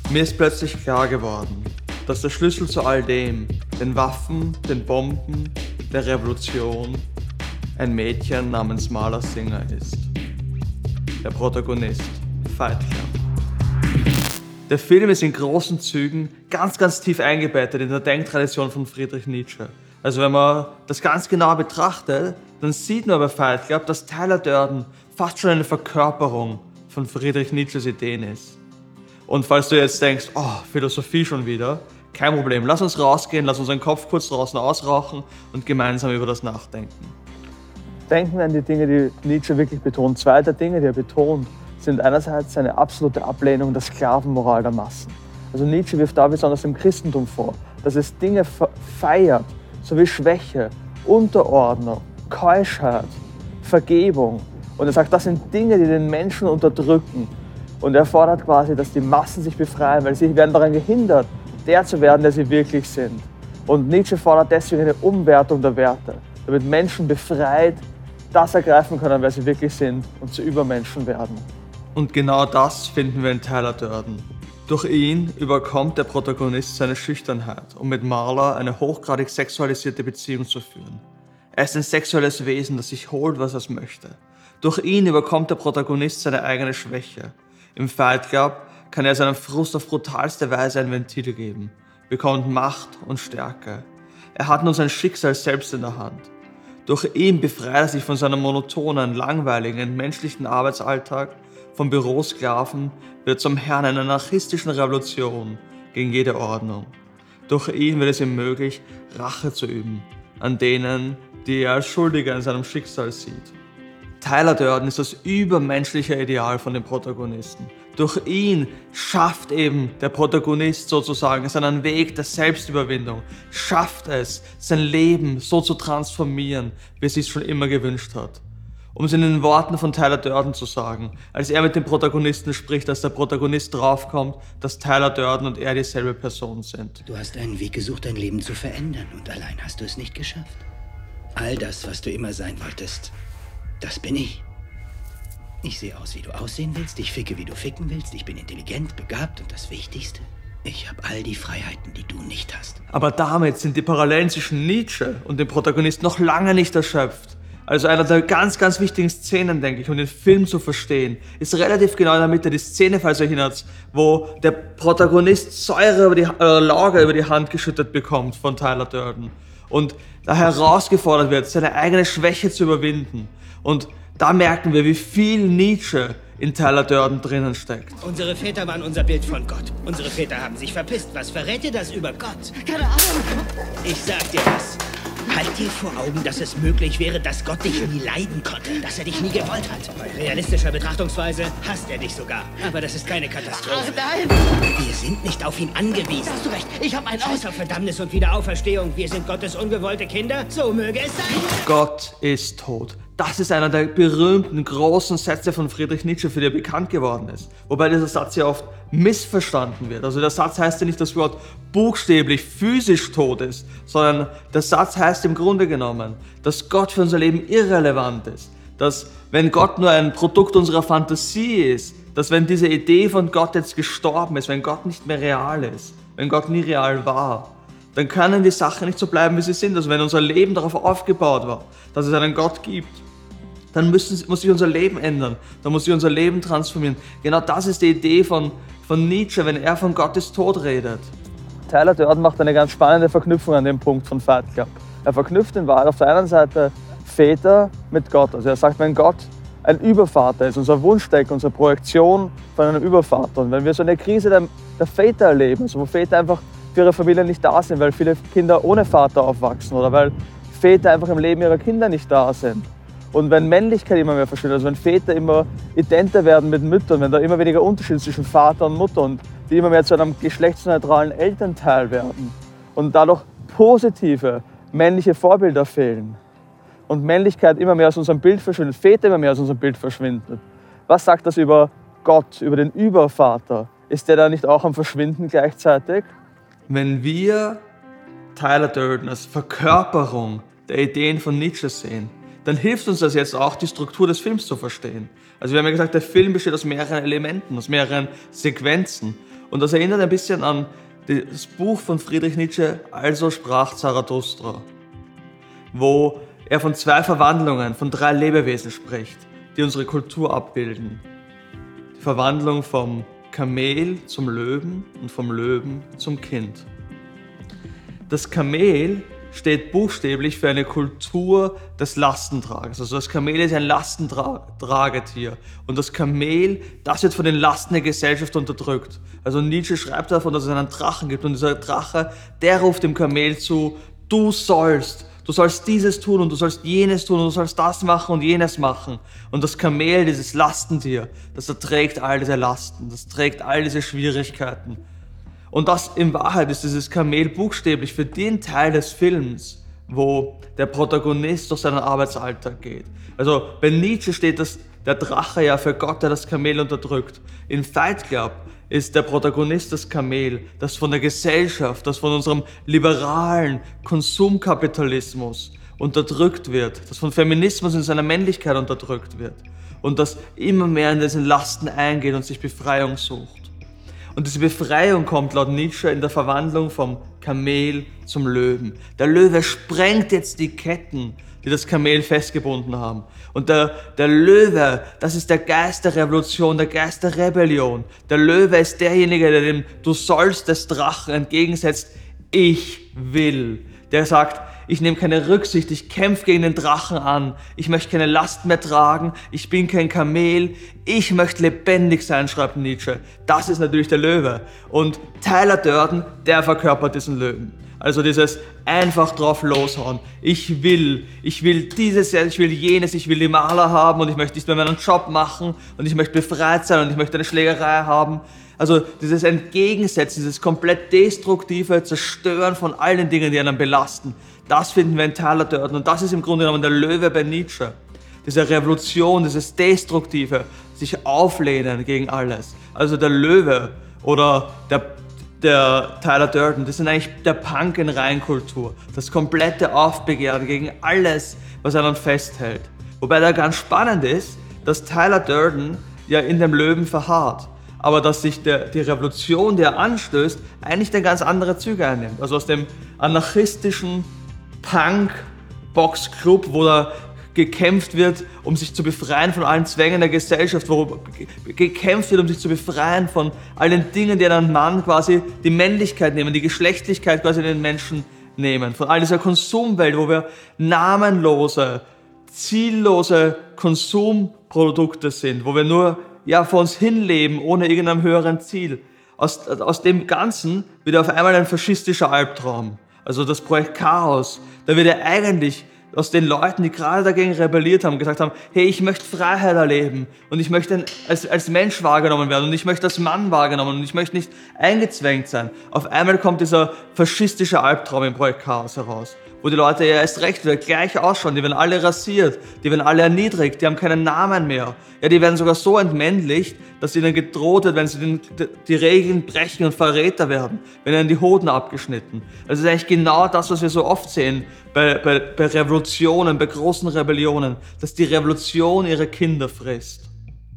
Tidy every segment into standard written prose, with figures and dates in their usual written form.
Mir ist plötzlich klar geworden, dass der Schlüssel zu all dem, den Waffen, den Bomben, der Revolution, ein Mädchen namens Marla Singer ist. Der Protagonist, Fight Club. Der Film ist in großen Zügen ganz tief eingebettet in der Denktradition von Friedrich Nietzsche. Also wenn man das ganz genau betrachtet, dann sieht man bei Fight Club, dass Tyler Durden fast schon eine Verkörperung von Friedrich Nietzsches Ideen ist. Und falls du jetzt denkst, oh, Philosophie schon wieder, kein Problem, lass uns rausgehen, lass unseren Kopf kurz draußen ausrauchen und gemeinsam über das nachdenken. Denken an die Dinge, die Nietzsche wirklich betont. Zwei der Dinge, die er betont, sind einerseits seine absolute Ablehnung der Sklavenmoral der Massen. Also Nietzsche wirft da besonders im Christentum vor, dass es Dinge feiert, so wie Schwäche, Unterordnung, Keuschheit, Vergebung. Und er sagt, das sind Dinge, die den Menschen unterdrücken. Und er fordert quasi, dass die Massen sich befreien, weil sie werden daran gehindert, der zu werden, der sie wirklich sind. Und Nietzsche fordert deswegen eine Umwertung der Werte, damit Menschen befreit das ergreifen können, wer sie wirklich sind und zu Übermenschen werden. Und genau das finden wir in Tyler Durden. Durch ihn überkommt der Protagonist seine Schüchternheit, um mit Marla eine hochgradig sexualisierte Beziehung zu führen. Er ist ein sexuelles Wesen, das sich holt, was es möchte. Durch ihn überkommt der Protagonist seine eigene Schwäche. Im Fight Club kann er seinem Frust auf brutalste Weise ein Ventil geben, bekommt Macht und Stärke. Er hat nun sein Schicksal selbst in der Hand. Durch ihn befreit er sich von seinem monotonen, langweiligen, entmenschlichten Arbeitsalltag, vom Bürosklaven wird zum Herrn einer anarchistischen Revolution gegen jede Ordnung. Durch ihn wird es ihm möglich, Rache zu üben an denen, die er als Schuldige in seinem Schicksal sieht. Tyler Durden ist das übermenschliche Ideal von dem Protagonisten. Durch ihn schafft eben der Protagonist sozusagen seinen Weg der Selbstüberwindung, schafft es, sein Leben so zu transformieren, wie er sich schon immer gewünscht hat. Um es in den Worten von Tyler Durden zu sagen, als er mit dem Protagonisten spricht, dass der Protagonist draufkommt, dass Tyler Durden und er dieselbe Person sind. Du hast einen Weg gesucht, dein Leben zu verändern und allein hast du es nicht geschafft. All das, was du immer sein wolltest, das bin ich. Ich sehe aus, wie du aussehen willst, ich ficke, wie du ficken willst, ich bin intelligent, begabt und das Wichtigste, ich habe all die Freiheiten, die du nicht hast. Aber damit sind die Parallelen zwischen Nietzsche und dem Protagonisten noch lange nicht erschöpft. Also einer der ganz wichtigen Szenen, denke ich, um den Film zu verstehen, ist relativ genau in der Mitte die Szene, falls ihr euch erinnert, wo der Protagonist Lager über die Hand geschüttet bekommt von Tyler Durden und da herausgefordert wird, seine eigene Schwäche zu überwinden. Und da merken wir, wie viel Nietzsche in Tyler Durden drinnen steckt. Unsere Väter waren unser Bild von Gott. Unsere Väter haben sich verpisst. Was verrät dir das über Gott? Keine Ahnung. Ich sag dir was. Halt dir vor Augen, dass es möglich wäre, dass Gott dich nie leiden konnte, dass er dich nie gewollt hat. Bei realistischer Betrachtungsweise hasst er dich sogar. Aber das ist keine Katastrophe. Ach nein! Wir sind nicht auf ihn angewiesen. Hast du recht, ich habe ein Außer Verdammnis und Wiederauferstehung. Wir sind Gottes ungewollte Kinder. So möge es sein. Gott ist tot. Das ist einer der berühmten, großen Sätze von Friedrich Nietzsche, für die er bekannt geworden ist. Wobei dieser Satz ja oft missverstanden wird. Also der Satz heißt ja nicht, dass Gott buchstäblich physisch tot ist, sondern der Satz heißt im Grunde genommen, dass Gott für unser Leben irrelevant ist. Dass wenn Gott nur ein Produkt unserer Fantasie ist, dass wenn diese Idee von Gott jetzt gestorben ist, wenn Gott nicht mehr real ist, wenn Gott nie real war, dann können die Sachen nicht so bleiben, wie sie sind. Also wenn unser Leben darauf aufgebaut war, dass es einen Gott gibt, dann muss sich unser Leben ändern, dann muss sich unser Leben transformieren. Genau das ist die Idee von Nietzsche, wenn er von Gottes Tod redet. Tyler Durden macht eine ganz spannende Verknüpfung an dem Punkt von Fight Club. Er verknüpft in Wahrheit auf der einen Seite Väter mit Gott. Also er sagt, wenn Gott ein Übervater ist, unser Wunschdenken, unsere Projektion von einem Übervater. Und wenn wir so eine Krise der Väter erleben, also wo Väter einfach für ihre Familie nicht da sind, weil viele Kinder ohne Vater aufwachsen oder weil Väter einfach im Leben ihrer Kinder nicht da sind. Und wenn Männlichkeit immer mehr verschwindet, also wenn Väter immer identer werden mit Müttern, wenn da immer weniger Unterschied zwischen Vater und Mutter und die immer mehr zu einem geschlechtsneutralen Elternteil werden und dadurch positive männliche Vorbilder fehlen und Männlichkeit immer mehr aus unserem Bild verschwindet, Väter immer mehr aus unserem Bild verschwinden. Was sagt das über Gott, über den Übervater? Ist der da nicht auch am Verschwinden gleichzeitig? Wenn wir Tyler Durden als Verkörperung der Ideen von Nietzsche sehen, dann hilft uns das jetzt auch, die Struktur des Films zu verstehen. Also wir haben ja gesagt, der Film besteht aus mehreren Elementen, aus mehreren Sequenzen. Und das erinnert ein bisschen an das Buch von Friedrich Nietzsche, Also sprach Zarathustra, wo er von 2 Verwandlungen, von 3 Lebewesen spricht, die unsere Kultur abbilden. Die Verwandlung vom Kamel zum Löwen und vom Löwen zum Kind. Das Kamel steht buchstäblich für eine Kultur des Lastentragens. Also das Kamel ist ein Lastentragetier. Und das Kamel, das wird von den Lasten der Gesellschaft unterdrückt. Also Nietzsche schreibt davon, dass es einen Drachen gibt. Und dieser Drache, der ruft dem Kamel zu, du sollst dieses tun und du sollst jenes tun und du sollst das machen und jenes machen. Und das Kamel, dieses Lastentier, das erträgt all diese Lasten, das trägt all diese Schwierigkeiten. Und das in Wahrheit ist dieses Kamel buchstäblich für den Teil des Films, wo der Protagonist durch seinen Arbeitsalltag geht. Also bei Nietzsche steht der Drache ja für Gott, der das Kamel unterdrückt. In Fight Club ist der Protagonist das Kamel, das von der Gesellschaft, das von unserem liberalen Konsumkapitalismus unterdrückt wird, das von Feminismus in seiner Männlichkeit unterdrückt wird und das immer mehr in diesen Lasten eingeht und sich Befreiung sucht. Und diese Befreiung kommt laut Nietzsche in der Verwandlung vom Kamel zum Löwen. Der Löwe sprengt jetzt die Ketten, die das Kamel festgebunden haben. Und der Löwe, das ist der Geist der Revolution, der Geist der Rebellion. Der Löwe ist derjenige, der dem Du sollst des Drachen entgegensetzt, ich will. Der sagt, ich nehme keine Rücksicht, ich kämpfe gegen den Drachen an, ich möchte keine Last mehr tragen, ich bin kein Kamel, ich möchte lebendig sein, schreibt Nietzsche. Das ist natürlich der Löwe. Und Tyler Durden, der verkörpert diesen Löwen. Also dieses einfach drauf loshauen. Ich will dieses, ich will jenes, ich will die Maler haben und ich möchte nicht mehr meinen Job machen und ich möchte befreit sein und ich möchte eine Schlägerei haben. Also dieses Entgegensetzen, dieses komplett destruktive Zerstören von all den Dingen, die einen belasten, das finden wir in Tyler Durden und das ist im Grunde genommen der Löwe bei Nietzsche. Diese Revolution, dieses Destruktive, sich auflehnen gegen alles. Also der Löwe oder der Tyler Durden, das sind eigentlich der Punk in Reinkultur. Das komplette Aufbegehren gegen alles, was einen festhält. Wobei da ganz spannend ist, dass Tyler Durden ja in dem Löwen verharrt. Aber dass sich die Revolution, die er anstößt, eigentlich dann ganz andere Züge einnimmt. Also aus dem anarchistischen Punk-Boxclub, wo da gekämpft wird, um sich zu befreien von allen Zwängen der Gesellschaft, wo gekämpft wird, um sich zu befreien von all den Dingen, die einem Mann quasi die Männlichkeit nehmen, die Geschlechtlichkeit quasi den Menschen nehmen. Von all dieser Konsumwelt, wo wir namenlose, ziellose Konsumprodukte sind, wo wir nur vor uns hinleben, ohne irgendeinem höheren Ziel. Aus dem Ganzen wird auf einmal ein faschistischer Albtraum. Also das Projekt Chaos. Da wird eigentlich aus den Leuten, die gerade dagegen rebelliert haben, gesagt haben, hey, ich möchte Freiheit erleben und ich möchte als Mensch wahrgenommen werden und ich möchte als Mann wahrgenommen und ich möchte nicht eingezwängt sein. Auf einmal kommt dieser faschistische Albtraum im Projekt Chaos heraus, wo die Leute ja erst recht wieder gleich ausschauen, die werden alle rasiert, die werden alle erniedrigt, die haben keinen Namen mehr. Ja, die werden sogar so entmännlicht, dass ihnen gedroht wird, wenn sie die Regeln brechen und Verräter werden, wenn ihnen die Hoden abgeschnitten. Das ist eigentlich genau das, was wir so oft sehen bei Revolutionen, bei großen Rebellionen, dass die Revolution ihre Kinder frisst.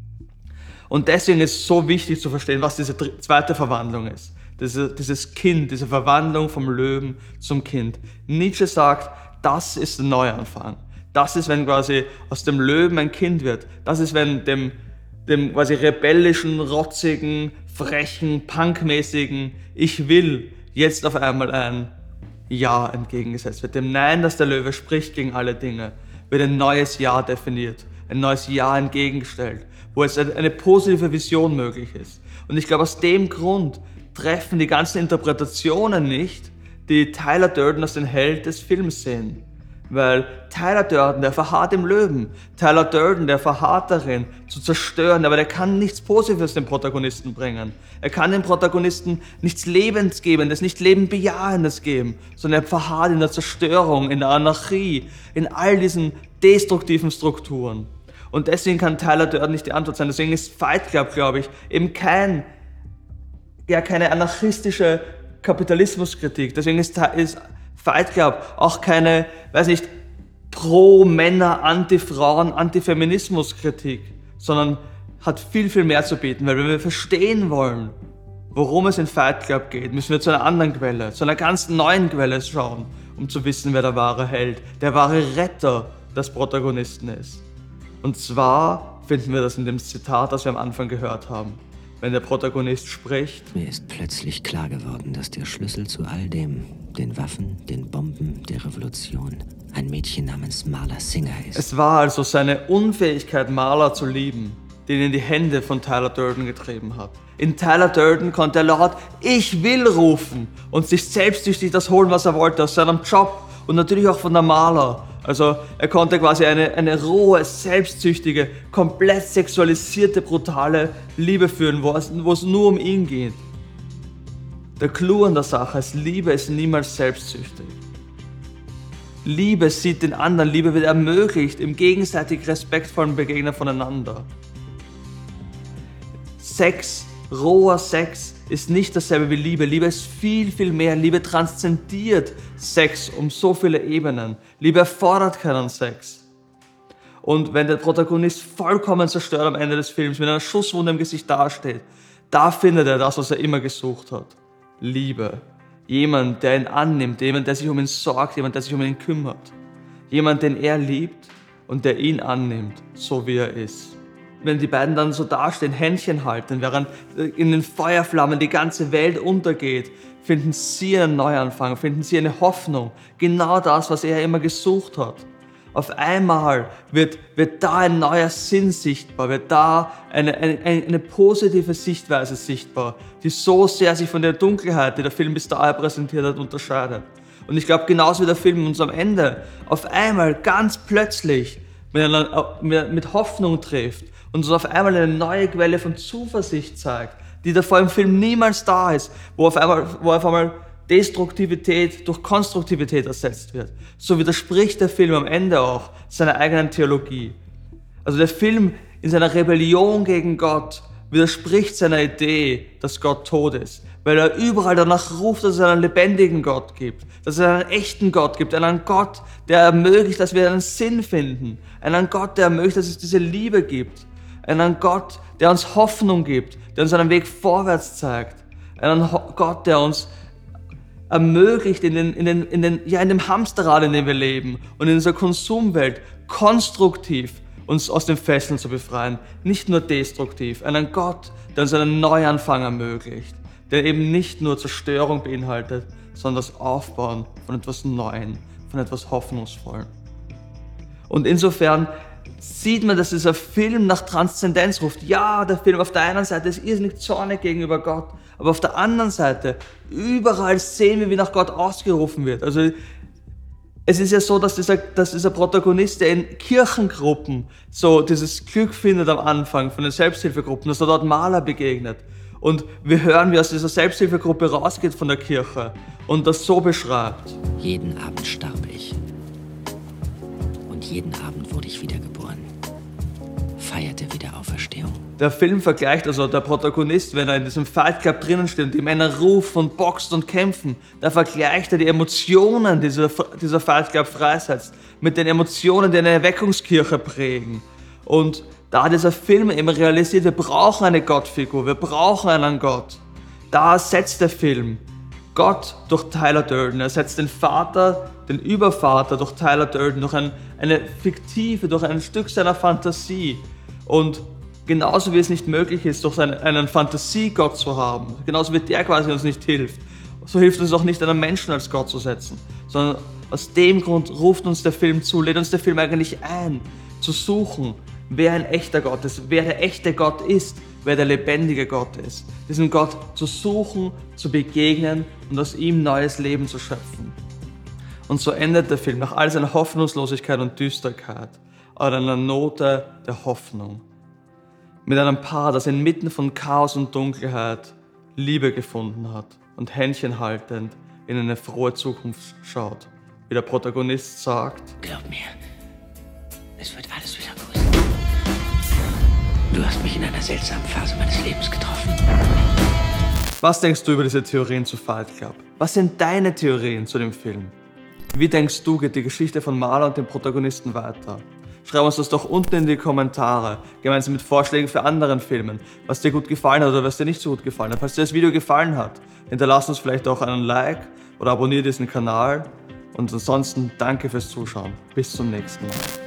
Und deswegen ist es so wichtig zu verstehen, was diese zweite Verwandlung ist. Dieses Kind, diese Verwandlung vom Löwen zum Kind. Nietzsche sagt, das ist ein Neuanfang. Das ist, wenn quasi aus dem Löwen ein Kind wird. Das ist, wenn dem quasi rebellischen, rotzigen, frechen, punkmäßigen Ich will jetzt auf einmal ein Ja entgegengesetzt wird. Dem Nein, das der Löwe spricht gegen alle Dinge, wird ein neues Ja definiert, ein neues Ja entgegengestellt, wo jetzt eine positive Vision möglich ist. Und ich glaube, aus dem Grund treffen die ganzen Interpretationen nicht, die Tyler Durden als den Held des Films sehen. Weil Tyler Durden, der verharrt im Löwen. Tyler Durden, der verharrt darin, zu zerstören, aber der kann nichts Positives dem Protagonisten bringen. Er kann dem Protagonisten nichts Lebensgebendes, nicht Lebenbejahendes geben, sondern er verharrt in der Zerstörung, in der Anarchie, in all diesen destruktiven Strukturen. Und deswegen kann Tyler Durden nicht die Antwort sein. Deswegen ist Fight Club, glaube ich, eben keine anarchistische Kapitalismuskritik. Deswegen ist Fight Club auch keine, Pro-Männer, Anti-Frauen, Anti-Feminismus-Kritik, sondern hat viel, viel mehr zu bieten, weil wenn wir verstehen wollen, worum es in Fight Club geht, müssen wir zu einer anderen Quelle, zu einer ganz neuen Quelle schauen, um zu wissen, wer der wahre Held, der wahre Retter des Protagonisten ist. Und zwar finden wir das in dem Zitat, das wir am Anfang gehört haben. Wenn der Protagonist spricht: Mir ist plötzlich klar geworden, dass der Schlüssel zu all dem, den Waffen, den Bomben, der Revolution, ein Mädchen namens Marla Singer ist. Es war also seine Unfähigkeit, Marla zu lieben, die ihn in die Hände von Tyler Durden getrieben hat. In Tyler Durden konnte er laut "Ich will" rufen und sich selbstsüchtig das holen, was er wollte, aus seinem Job und natürlich auch von der Marla. Also er konnte quasi eine rohe, selbstsüchtige, komplett sexualisierte, brutale Liebe führen, wo es nur um ihn geht. Der Clou an der Sache ist, Liebe ist niemals selbstsüchtig. Liebe sieht den anderen, Liebe wird ermöglicht im gegenseitig respektvollen Begegnen voneinander. Sex, roher Sex, ist nicht dasselbe wie Liebe. Liebe ist viel, viel mehr. Liebe transzendiert Sex um so viele Ebenen. Liebe erfordert keinen Sex. Und wenn der Protagonist vollkommen zerstört am Ende des Films, mit einer Schusswunde im Gesicht dasteht, da findet er das, was er immer gesucht hat. Liebe. Jemand, der ihn annimmt, jemand, der sich um ihn sorgt, jemand, der sich um ihn kümmert. Jemand, den er liebt und der ihn annimmt, so wie er ist. Wenn die beiden dann so dastehen, Händchen halten, während in den Feuerflammen die ganze Welt untergeht, finden sie einen Neuanfang, finden sie eine Hoffnung. Genau das, was er immer gesucht hat. Auf einmal wird da ein neuer Sinn sichtbar, wird da eine positive Sichtweise sichtbar, die so sehr sich von der Dunkelheit, die der Film bis dahin präsentiert hat, unterscheidet. Und ich glaube, genauso wie der Film uns am Ende auf einmal ganz plötzlich mit Hoffnung trifft und uns auf einmal eine neue Quelle von Zuversicht zeigt, die davor im Film niemals da ist, wo auf einmal Destruktivität durch Konstruktivität ersetzt wird. So widerspricht der Film am Ende auch seiner eigenen Theologie. Also der Film in seiner Rebellion gegen Gott widerspricht seiner Idee, dass Gott tot ist, weil er überall danach ruft, dass es einen lebendigen Gott gibt, dass es einen echten Gott gibt, einen Gott, der ermöglicht, dass wir einen Sinn finden, einen Gott, der ermöglicht, dass es diese Liebe gibt, einen Gott, der uns Hoffnung gibt, der uns einen Weg vorwärts zeigt, einen Gott, der uns ermöglicht, in dem Hamsterrad, in dem wir leben und in dieser Konsumwelt konstruktiv uns aus den Fesseln zu befreien, nicht nur destruktiv. Einen Gott, der uns einen Neuanfang ermöglicht, der eben nicht nur Zerstörung beinhaltet, sondern das Aufbauen von etwas Neuem, von etwas Hoffnungsvollem. Und insofern sieht man, dass dieser Film nach Transzendenz ruft. Ja, der Film auf der einen Seite ist irrsinnig zornig gegenüber Gott, aber auf der anderen Seite, überall sehen wir, wie nach Gott ausgerufen wird. Also es ist ja so, dass dieser Protagonist, der in Kirchengruppen so dieses Glück findet am Anfang von den Selbsthilfegruppen, dass er dort Maler begegnet. Und wir hören, wie aus dieser Selbsthilfegruppe rausgeht von der Kirche und das so beschreibt. Jeden Abend starb ich. Und jeden Abend wurde ich wiedergeboren. Feierte Wiederauferstehung. Der Film vergleicht also der Protagonist, wenn er in diesem Fight Club drinnen steht und die Männer rufen und boxt und kämpfen, da vergleicht er die Emotionen, die dieser Fight Club freisetzt, mit den Emotionen, die eine Erweckungskirche prägen. Und da hat dieser Film eben realisiert, wir brauchen eine Gottfigur, wir brauchen einen Gott. Da setzt der Film Gott durch Tyler Durden. Er setzt den Vater, den Übervater durch Tyler Durden, durch eine fiktive, durch ein Stück seiner Fantasie. Und genauso wie es nicht möglich ist, durch einen Fantasiegott zu haben, genauso wie der quasi uns nicht hilft, so hilft uns auch nicht, einen Menschen als Gott zu setzen. Sondern aus dem Grund ruft uns der Film zu, lädt uns der Film eigentlich ein, zu suchen, wer ein echter Gott ist, wer der echte Gott ist, wer der lebendige Gott ist. Diesem Gott zu suchen, zu begegnen und aus ihm neues Leben zu schöpfen. Und so endet der Film nach all seiner Hoffnungslosigkeit und Düsterkeit an einer Note der Hoffnung. Mit einem Paar, das inmitten von Chaos und Dunkelheit Liebe gefunden hat und Händchen haltend in eine frohe Zukunft schaut. Wie der Protagonist sagt: Glaub mir, es wird alles wieder gut. Du hast mich in einer seltsamen Phase meines Lebens getroffen. Was denkst du über diese Theorien zu Fight Club? Was sind deine Theorien zu dem Film? Wie denkst du, geht die Geschichte von Marla und dem Protagonisten weiter? Schreib uns das doch unten in die Kommentare, gemeinsam mit Vorschlägen für anderen Filmen, was dir gut gefallen hat oder was dir nicht so gut gefallen hat. Falls dir das Video gefallen hat, hinterlass uns vielleicht auch einen Like oder abonniere diesen Kanal. Und ansonsten danke fürs Zuschauen. Bis zum nächsten Mal.